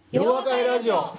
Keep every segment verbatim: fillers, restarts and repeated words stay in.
洋和会ラジオ。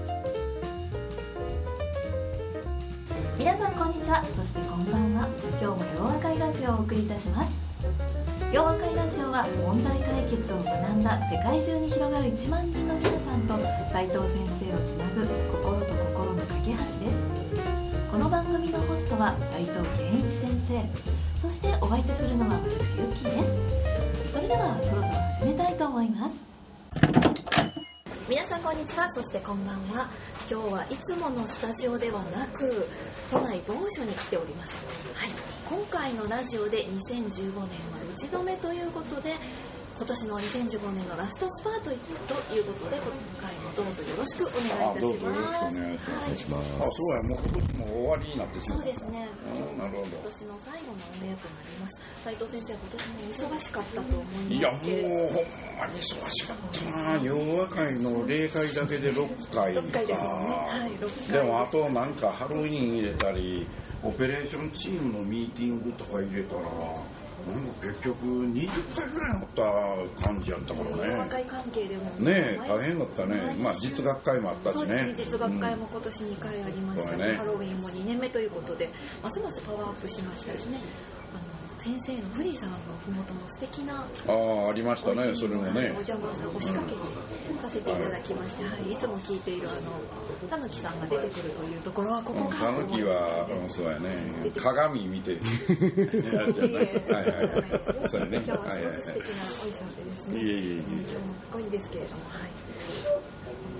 皆さんこんにちは、そしてこんばんは。今日も洋和会ラジオをお送りいたします。洋和会ラジオは問題解決を学んだ世界中に広がるいちまんにんの皆さんと斉藤先生をつなぐ心と心の架け橋です。この番組のホストは斉藤健一先生、そしてお相手するのは私ゆきです。それではそろそろ始めたいと思います。皆さんこんにちは、そしてこんばんは。今日はいつものスタジオではなく都内某所に来ております。はい、今回のラジオでにせんじゅうごねんは打ち止めということで、今年のにせんじゅうごねんのラストスパートということで、今回もどうぞよろしくお願いいたします。 どうぞよろしくお願いします。はい、あ、そうや、もう今年も終わりになってしまった。 そうですね。 なるほど。 今年の最後のオンエアとなります。斉藤先生は今年も忙しかったと思いますけれど。 いや、もうほんまに忙しかったな。洋和会の例会だけでろっかいか。 ろっかいですよね。はい、ろっかい。 でもあとなんかハロウィーン入れたり、オペレーションチームのミーティングとか入れたら、なんか結局にじゅっかいぐらい乗った感じやったからね。 洋和会関係でもねえ、大変だったね。まあ実学会もあったしね。 そうですね、実学会も今年にかいありましたし、 うん、 ハロウィーンもにねんめということでますますパワーアップしましたしね。あの先生の富士山のふもとの素敵なああありましたね、それもね。 お邪魔さんお仕掛けにさせていただきまして、はい、いつも聞いているあのたぬきさんが出てくるというところはここか。 たぬきは、うん、そうやね、鏡見てやっちゃうね。はいはいはい。そうやね。 今日はすごく素敵なお衣装でですね。 いえいえいえ。 今日もかっこいいですけれども、はい。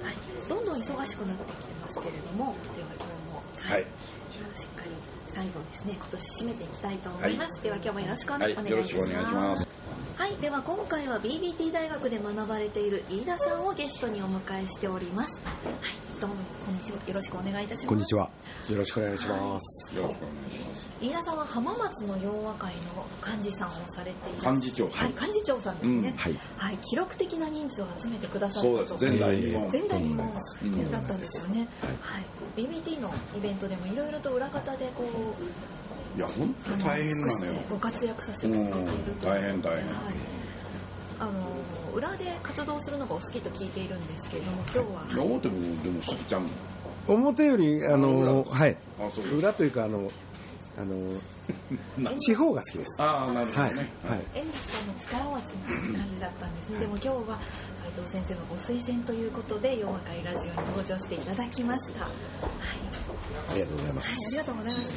はい、どんどん忙しくなってきてますけれども、では今日も、はい、はい、しっかり最後ですね、今年締めていきたいと思います。はい、では今日もよろしくお願いいたします。はい、よろしくお願いします。はい、では今回は ビービーティー 大学で学ばれている飯田さんをゲストにお迎えしております。はい、どうもこんにちは、よろしくお願いいたします。 こんにちは、よろしくお願いします。 よろしくお願いします。 飯田さんは浜松の洋和会の幹事さんをされている幹事長、 はい、幹事長さんですね。うん、はい、はい、記録的な人数を集めてくださったと。 そうです、前代未聞、 前代未聞だったんですよね。はい、ビービーティー のイベントでもいろいろと裏方でこう、 いや本当大変なのよ。 ご活躍させていただいていると。 大変大変。はい、 あの裏で活動するのがお好きと聞いているんですけれども、今日は。 表もでも好きちゃうの。 表よりあの裏、 はい、裏というかあのあの地方が好きです。 ああ、なるほどね。 はい。縁日さんの力持ちな感じだったんですね。でも今日は斉藤先生のご推薦ということで洋和会ラジオに登場していただきました。はい。 ありがとうございます。 はい、ありがとうございます。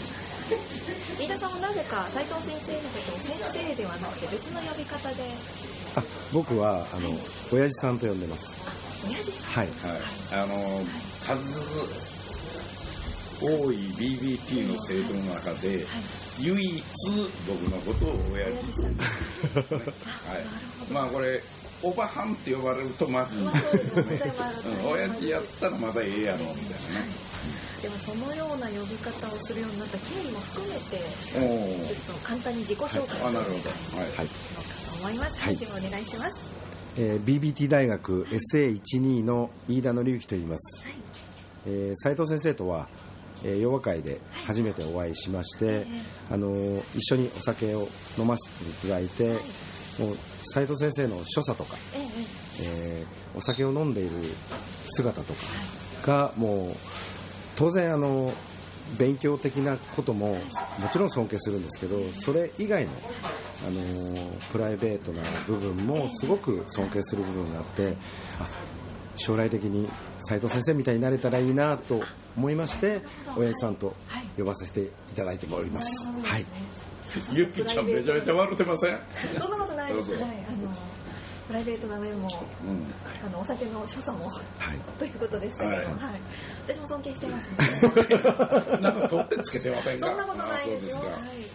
飯田さんはなぜか斉藤先生のことを先生ではなくて別の呼び方で。 あ、僕はあの、はい、親父さんと呼んでます。 あ、親父さん。 はい。はい。あの、はい、数多い ビービーティー の生徒の中で、はい、唯一僕のことを親父と呼んでます、ね。はい。まあこれおばはんって呼ばれるとまずいんですけどね。うん、親父やったらまだええやろみたいなね。はい、 でもそのような呼び方をするようになった経緯も含めて、ちょっと簡単に自己紹介をしていただきたいと思います。はい、ではお願いします。 えー、ビービーティー 大学 エスエーいちに の飯田紀之と言います。はい、えー、斉藤先生とはえー、洋和会で初めてお会いしまして、はい、あのー、一緒にお酒を飲ませていただいて、はい、もう斉藤先生の所作とか、ええー、お酒を飲んでいる姿とかがもう当然あの勉強的なことももちろん尊敬するんですけど、それ以外の、あのー、プライベートな部分もすごく尊敬する部分があって、あ、将来的に斉藤先生みたいになれたらいいなと思いまして、親父さんと呼ばせていただいております。はい。 ゆきちゃんめちゃめちゃ笑ってません？ そんなことないです。はい、あのプライベートな面も、うん、あのお酒の所作も、はい、ということでしたけど、はい、はい、私も尊敬してます、ね。 なんか取ってつけてませんか？ そんなことないですよ。はい。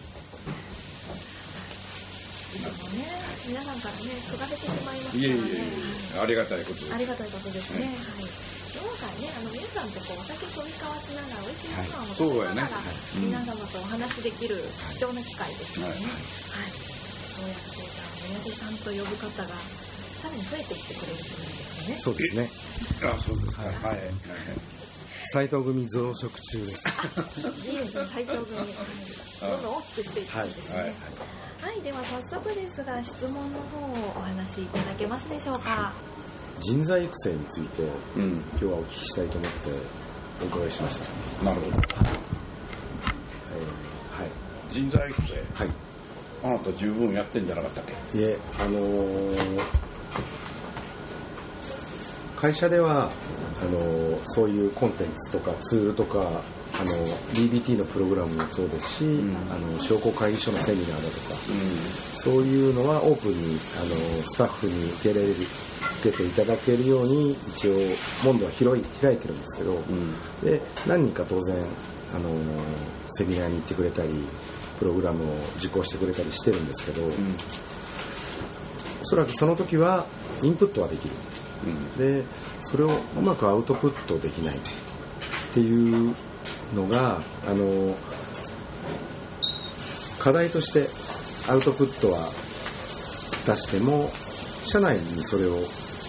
いつもね、皆さんからね、つがれてしまいますからね。いえいえいえ、ありがたいことです。 ありがたいことですね。はい。今回ね、あの皆さんとこうお酒を飛び交わしながら、美味しいものを求めながら、皆様とお話しできる貴重な機会ですよね。はい。そうやって親父さんと呼ぶ方がさらに増えていってくれるといいですよね。 そうですね。 あ、そうですか。はい。 斉藤組増殖中です。 いいですね、斉藤組。どんどん大きくしていってですね。はい、では早速ですが質問の方をお話しいただけますでしょうか。 人材育成について、 うん、 今日はお聞きしたいと思ってお伺いしました。 なるほど、えー、 はい人材育成、 はい、 あなた十分やってんじゃなかったっけ？ いえ、あのー、会社ではあのー、そういうコンテンツとかツールとか、あの ビービーティー のプログラムもそうですし、うん、あの商工会議所のセミナーだとか、うん、そういうのはオープンにあのスタッフに受け入れる受けていただけるように一応門戸は広い開いてるんですけど、うん、で何人か当然あのセミナーに行ってくれたりプログラムを受講してくれたりしてるんですけど、うん、おそらくその時はインプットはできる、うん、でそれをうまくアウトプットできないっていうのがあの課題としてアウトプットは出しても社内にそれを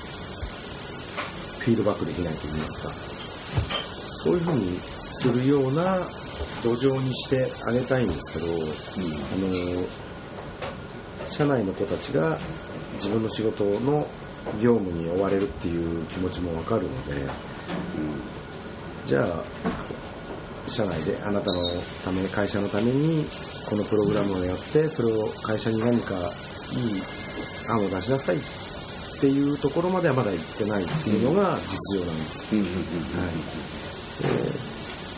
フィードバックできないといいますか、そういうふうにするような土壌にしてあげたいんですけど、うん、あの社内の子たちが自分の仕事の業務に追われるっていう気持ちもわかるので、うん、じゃあ社内であなたのため会社のためにこのプログラムをやってそれを会社に何かいい案を出しなさいっていうところまではまだ行ってないっていうのが実情なんです。はい、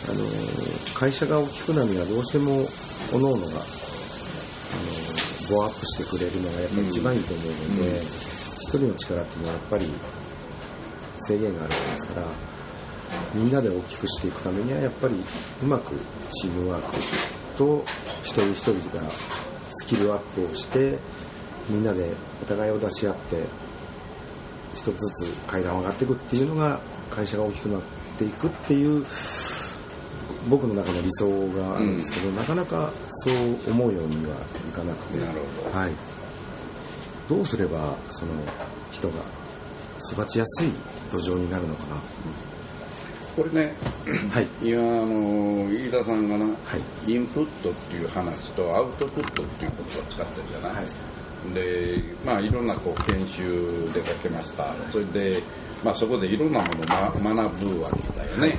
であの会社が大きくなるにはどうしても各々があのボアップしてくれるのがやっぱり一番いいと思うので、うん、一人の力っていうのはやっぱり制限があるわけですから、みんなで大きくしていくためにはやっぱりうまくチームワークと一人一人がスキルアップをしてみんなでお互いを出し合って一つずつ階段を上がっていくっていうのが会社が大きくなっていくっていう僕の中の理想があるんですけど、うん、なかなかそう思うようにはいかなくて、 なるほど、 はい、どうすればその人が育ちやすい土壌になるのかな。 これね、はい、今あの飯田さんがな、はい、インプットっていう話とアウトプットっていうことを使ってるじゃない、はい、でまあいろんなこう研修出かけました、はい、それで、まあ、そこでいろんなものを、ま、学ぶわけだよね、はい、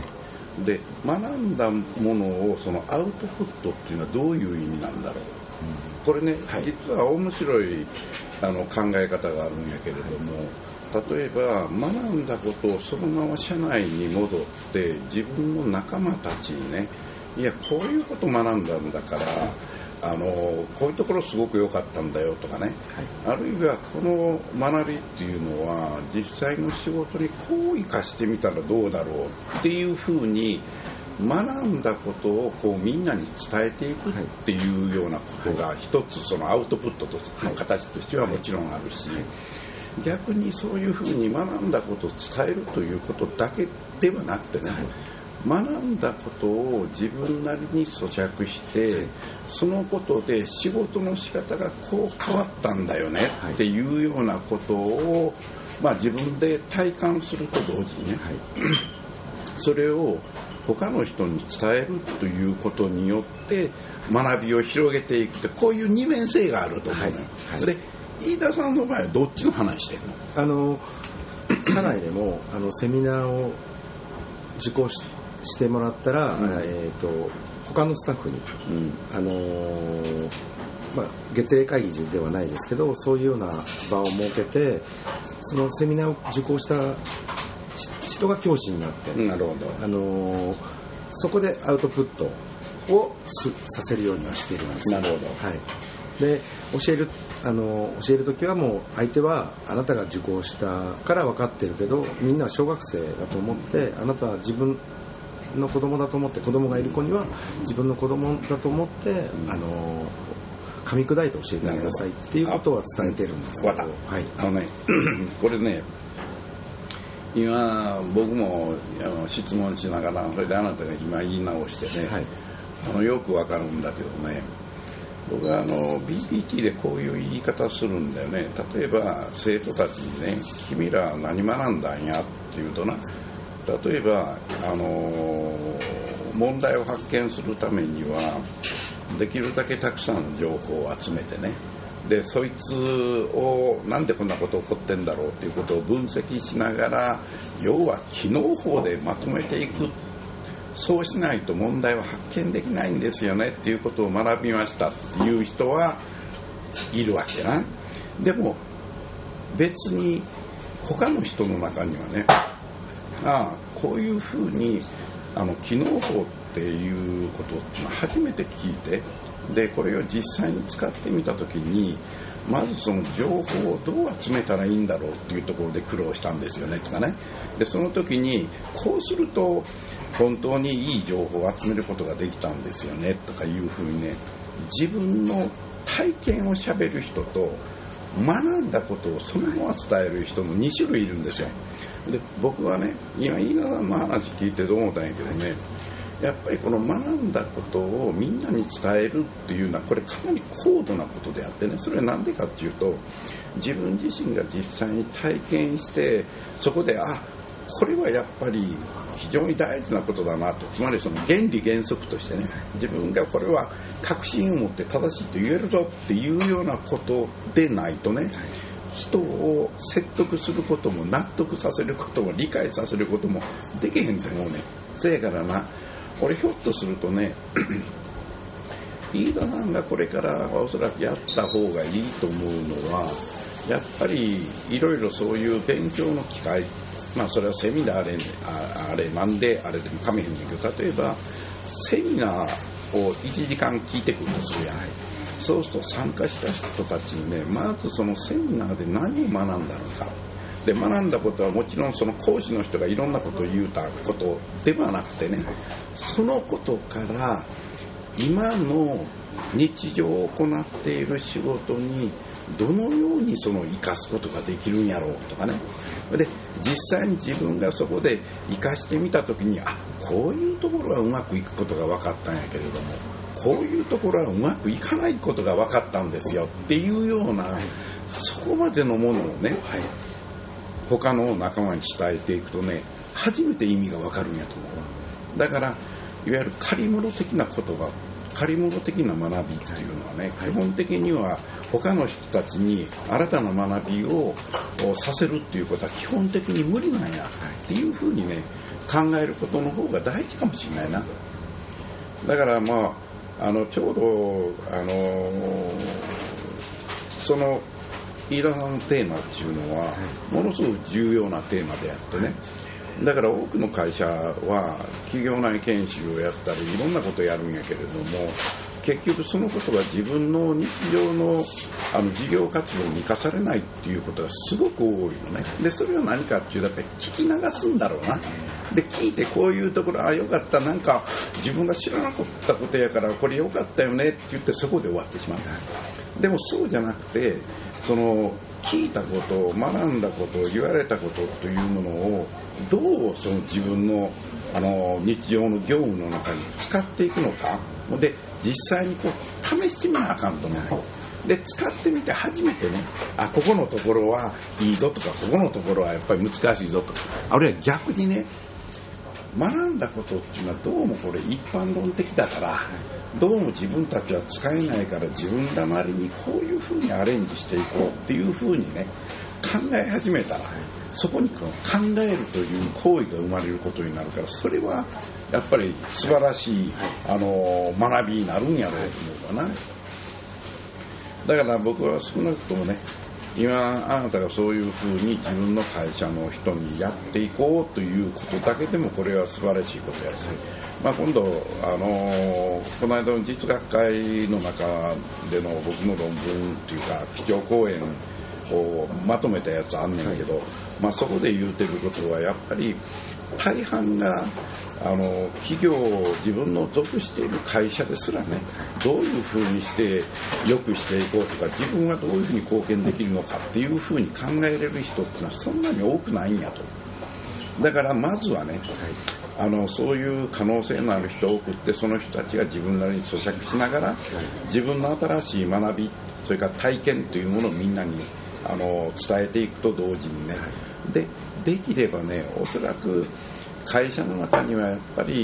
で学んだものをそのアウトプットっていうのはどういう意味なんだろう、うん、これね、はい、実は面白いあの考え方があるんやけれども、例えば学んだことをそのまま社内に戻って自分の仲間たちにね、いやこういうこと学んだんだからあのこういうところすごく良かったんだよとかね、はい、あるいはこの学びっていうのは実際の仕事にこう生かしてみたらどうだろうっていうふうに学んだことをこうみんなに伝えていくっていうようなことが一つそのアウトプットの形としてはもちろんあるし、逆にそういうふうに学んだことを伝えるということだけではなくてね、学んだことを自分なりに咀嚼してそのことで仕事の仕方がこう変わったんだよねっていうようなことを、まあ、自分で体感すると同時にね、それを他の人に伝えるということによって学びを広げていくって、こういう二面性があると思うのよ、はいはい、で飯田さんの場合はどっちの話してんの？ あの社内でもあのセミナーを受講 し, してもらったら、うんえー、と他のスタッフに、うんあのーまあ、月例会議ではないですけどそういうような場を設けてそのセミナーを受講した人が教師になって、 なるほど、 あのー、そこでアウトプットをさせるようにはしているんですよ。 なるほど、 はい、で教えるあの教えるときはもう相手はあなたが受講したから分かってるけどみんなは小学生だと思ってあなたは自分の子供だと思って子供がいる子には自分の子供だと思って、うん、あの噛み砕いて教えてあげなさいっていうことは伝えてるんですけど、はい、 あのねこれね今僕もあの質問しながらそれであなたが今言い直してね、はい、あのよく分かるんだけどね、僕はあの ビーピーティー でこういう言い方するんだよね。例えば生徒たちにね、君ら何学んだんやっていうとな、例えばあの問題を発見するためにはできるだけたくさんの情報を集めてね、 でそいつをなんでこんなこと起こってんだろうっていうことを分析しながら、要は機能法でまとめていく、そうしないと問題は発見できないんですよねっていうことを学びましたっていう人はいるわけな。でも別に他の人の中にはね、ああこういうふうにあの機能法っていうことを初めて聞いて、でこれを実際に使ってみたときに、まずその情報をどう集めたらいいんだろうっていうところで苦労したんですよねとかね。でその時にこうすると本当にいい情報を集めることができたんですよねとかいうふうにね、自分の体験をしゃべる人と学んだことをそのまま伝える人のに種類いるんですよ。で僕はね、今飯田さんの話聞いてどう思ったんやけどね、やっぱりこの学んだことをみんなに伝えるっていうのはこれかなり高度なことであってね、それはなんでかっていうと、自分自身が実際に体験してそこであこれはやっぱり非常に大事なことだなと、つまりその原理原則としてね、自分がこれは確信を持って正しいと言えるぞっていうようなことでないとね、人を説得することも納得させることも理解させることもできへんと思うね。そやからな、俺ひょっとするとね飯田さんがこれからおそらくやった方がいいと思うのは、やっぱりいろいろそういう勉強の機会、まあそれはセミナーでああれなんであれでもかめへんねんけど、例えばセミナーをいちじかん聞いてくるとするやん。そうすると参加した人たちにね、まずそのセミナーで何を学んだのかで、学んだことはもちろんその講師の人がいろんなことを言うたことではなくてね、そのことから今の日常を行っている仕事にどのようにその生かすことができるんやろうとかね。で実際に自分がそこで生かしてみたときに、あこういうところはうまくいくことが分かったんやけれども、こういうところはうまくいかないことが分かったんですよっていうような、そこまでのものをね、はい、他の仲間に伝えていくとね、初めて意味が分かるんやと思う。だからいわゆる借り物的な言葉、借り物的な学びっていうのはね、はい、基本的には他の人たちに新たな学びをさせるっていうことは基本的に無理なんやっていうふうにね考えることの方が大事かもしれないな。だからまああのちょうどあのー、その飯田さんのテーマっていうのはものすごく重要なテーマであってね、だから多くの会社は企業内研修をやったりいろんなことをやるんやけれども、結局そのことが自分の日常のあの事業活動に生かされないっていうことがすごく多いのね。でそれは何かっていうと、やっぱり聞き流すんだろうな。で聞いてこういうところ、あよかった、なんか自分が知らなかったことやからこれよかったよねって言ってそこで終わってしまう。でもそうじゃなくて、その聞いたこと、学んだこと、言われたことというものをどうその自分の、あの日常の業務の中に使っていくのかで、実際にこう試してみなあかんと思う。で使ってみて初めてね、あここのところはいいぞとか、ここのところはやっぱり難しいぞとか、あるいは逆にね、学んだことっていうのはどうもこれ一般論的だから、どうも自分たちは使えないから自分らなりにこういうふうにアレンジしていこうっていうふうにね考え始めたら、そこにこう考えるという行為が生まれることになるから、それはやっぱり素晴らしい、あの学びになるんやろうと思うかな。だから僕は少なくともね、今あなたがそういうふうに自分の会社の人にやっていこうということだけでもこれは素晴らしいことやし、まあ、今度、あのー、この間の実学会の中での僕の論文っていうか基調講演をまとめたやつあんねんけど、まあ、そこで言うてることはやっぱり大半があの企業、自分の属している会社ですらね、どういうふうにして良くしていこうとか、自分はどういうふうに貢献できるのかっていうふうに考えれる人ってのはそんなに多くないんやと。だからまずはね、あのそういう可能性のある人を送って、その人たちが自分なりに咀嚼しながら自分の新しい学び、それから体験というものをみんなにあの伝えていくと同時にね、でできればね、おそらく会社の中にはやっぱり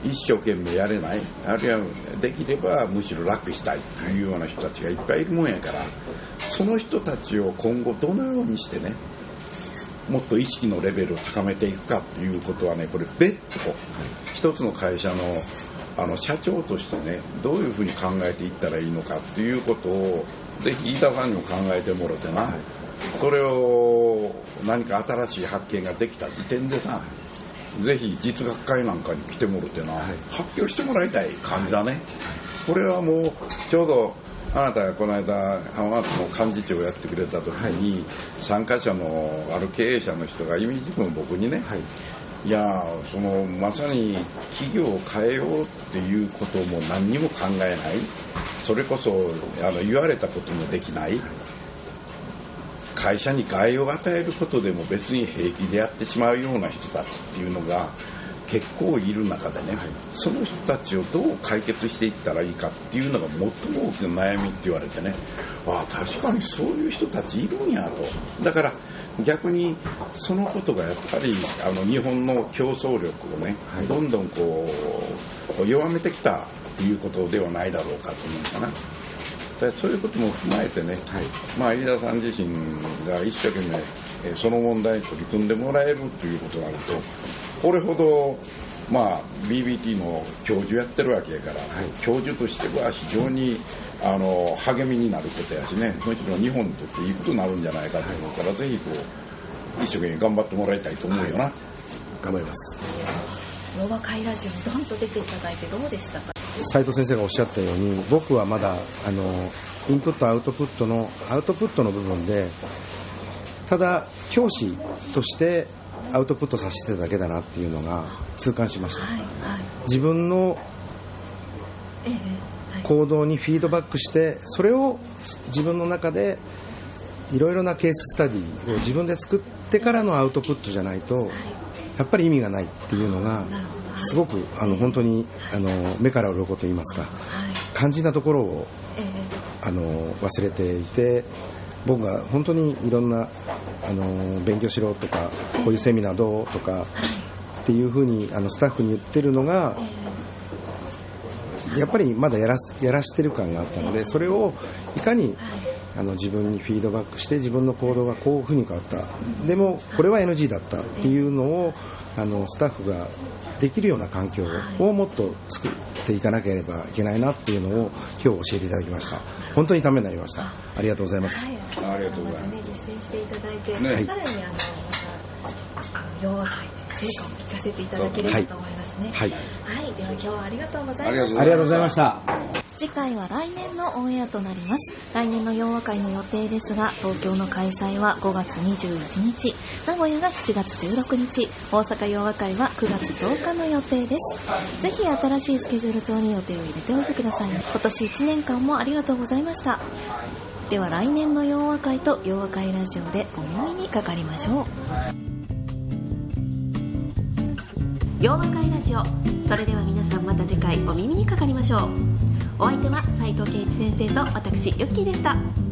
一生懸命やれない、あるいはできればむしろ楽したいというような人たちがいっぱいいるもんやから、その人たちを今後どのようにしてね、もっと意識のレベルを高めていくかということはね、これ別途一つの会社のあの社長としてね、どういうふうに考えていったらいいのかということをぜひ飯田さんにも考えてもらってな、はい、それを何か新しい発見ができた時点でさ、ぜひ実学会なんかに来てもらってな、はい、発表してもらいたい感じだね。これはもうちょうどあなたがこの間浜松の幹事長をやってくれた時に、はい、参加者のある経営者の人がイメージ君僕にね、はい、いやそのまさに企業を変えようっていうことも何にも考えない、それこそあの言われたこともできない、会社に害を与えることでも別に平気でやってしまうような人たちっていうのが結構いる中でね、はい、その人たちをどう解決していったらいいかっていうのが最も大きな悩みって言われてね、ああ確かにそういう人たちいるんやと。だから逆にそのことがやっぱりあの日本の競争力をね、はい、どんどんこう弱めてきたということではないだろうかと思うかな。そういうことも踏まえてね、はい、まあ、飯田さん自身が一生懸命その問題に取り組んでもらえるということになると、これほど、まあ、ビービーティー の教授やってるわけやから、はい、教授としては非常にあの励みになることやしね、むしろ日本にとっていいことになるんじゃないかと思うから、はい、ぜひこう一生懸命頑張ってもらいたいと思うよな、はい、 頑張ります。 洋和会ラジオにドンと出ていただいてどうでしたか？ 斉藤先生がおっしゃったように、僕はまだあのインプットアウトプットのアウトプットの部分でただ教師としてアウトプットさせてただけだなっていうのが痛感しました、はいはい、自分の行動にフィードバックしてそれを自分の中でいろいろなケーススタディを自分で作ってからのアウトプットじゃないとやっぱり意味がないっていうのがすごくあの本当にあの目から鱗といいますか、肝心なところをあの忘れていて、僕が本当にいろんなあの勉強しろとかこういうセミナーどうとかっていうふうにあのスタッフに言ってるのがやっぱりまだやらす、やらしてる感があったので、それをいかにあの自分にフィードバックして自分の行動がこういうふうに変わった、でもこれは エヌジー だったっていうのをあのスタッフができるような環境をもっと作っていかなければいけないなっていうのを今日教えていただきました。本当にためになりました。ありがとうございます。 はい、 ありがとうございます。 実践していただいて、 ね、 さらにあのまた洋和会で成果を聞かせていただければと思いますね。はい、はいはい、では今日はありがとうございました。 ありがとうございました。 次回は来年のオンエアとなります。来年の洋和会の予定ですが、東京の開催はごがつにじゅういちにち、名古屋がしちがつじゅうろくにち、大阪洋和会はくがつとおかの予定です。ぜひ新しいスケジュール帳に予定を入れておいてください。今年いちねんかんもありがとうございました。では来年の洋和会と洋和会ラジオでお耳にかかりましょう。洋和会ラジオ、それでは皆さんまた次回お耳にかかりましょう。お相手は斉藤圭一先生と私ユッキーでした。